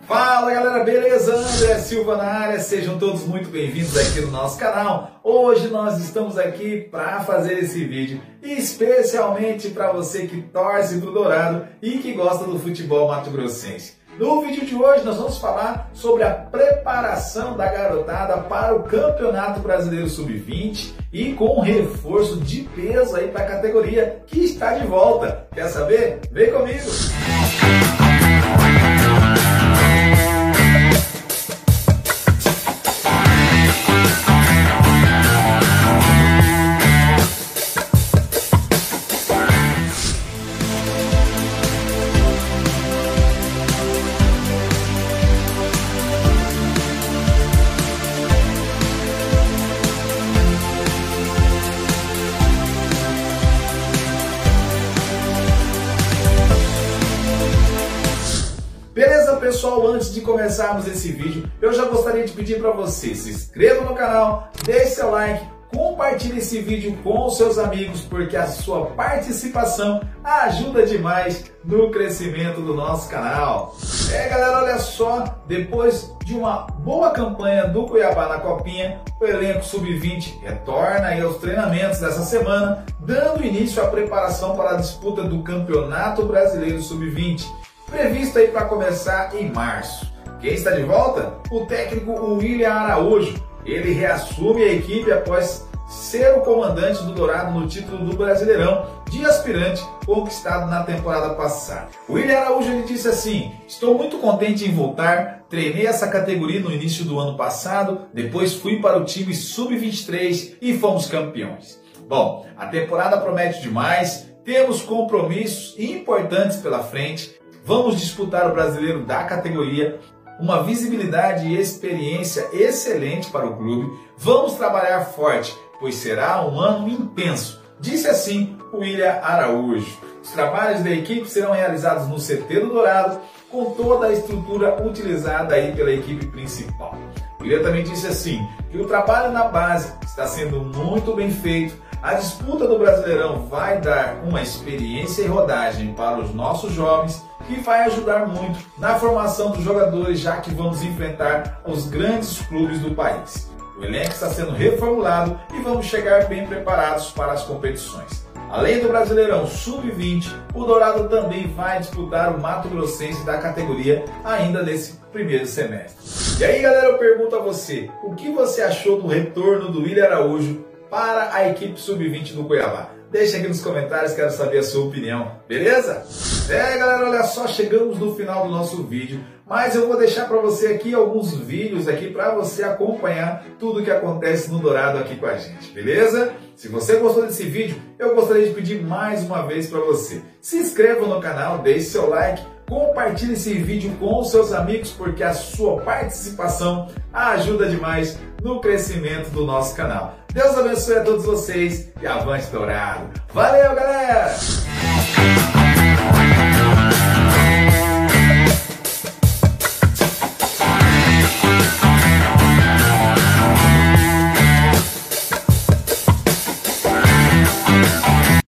Fala galera, beleza? André Silva na área, sejam todos muito bem-vindos aqui no nosso canal. Hoje nós estamos aqui para fazer esse vídeo especialmente para você que torce pro Dourado e que gosta do futebol mato-grossense. No vídeo de hoje nós vamos falar sobre a preparação da garotada para o Campeonato Brasileiro Sub-20 e com um reforço de peso aí para a categoria que está de volta. Quer saber? Vem comigo! Beleza, pessoal? Antes de começarmos esse vídeo, eu já gostaria de pedir para você se inscreva no canal, deixe seu like, compartilhe esse vídeo com os seus amigos, porque a sua participação ajuda demais no crescimento do nosso canal. Galera, olha só, depois de uma boa campanha do Cuiabá na Copinha, o elenco Sub-20 retorna aí aos treinamentos dessa semana, dando início à preparação para a disputa do Campeonato Brasileiro Sub-20. Previsto aí para começar em março. Quem está de volta? O técnico William Araújo. Ele reassume a equipe após ser o comandante do Dourado no título do Brasileirão de aspirante conquistado na temporada passada. O William Araújo ele disse assim: estou muito contente em voltar, treinei essa categoria no início do ano passado, depois fui para o time Sub-23 e fomos campeões. Bom, a temporada promete demais, temos compromissos importantes pela frente. Vamos disputar o brasileiro da categoria, uma visibilidade e experiência excelente para o clube. Vamos trabalhar forte, pois será um ano intenso, disse assim o William Araújo. Os trabalhos da equipe serão realizados no CT do Dourado, com toda a estrutura utilizada aí pela equipe principal. O William também disse assim, que o trabalho na base está sendo muito bem feito. A disputa do Brasileirão vai dar uma experiência e rodagem para os nossos jovens, que vai ajudar muito na formação dos jogadores, já que vamos enfrentar os grandes clubes do país. O elenco está sendo reformulado e vamos chegar bem preparados para as competições. Além do Brasileirão Sub-20, o Dourado também vai disputar o Mato Grossense da categoria ainda nesse primeiro semestre. E aí galera, eu pergunto a você, o que você achou do retorno do William Araújo para a equipe Sub-20 do Cuiabá? Deixa aqui nos comentários, quero saber a sua opinião, beleza? Galera, olha só, chegamos no final do nosso vídeo, mas eu vou deixar para você aqui alguns vídeos aqui para você acompanhar tudo que acontece no Dourado aqui com a gente, beleza? Se você gostou desse vídeo, eu gostaria de pedir mais uma vez para você. Se inscreva no canal, deixe seu like, compartilhe esse vídeo com os seus amigos, porque a sua participação ajuda demais no crescimento do nosso canal. Deus abençoe a todos vocês e avante Dourado! Valeu, galera!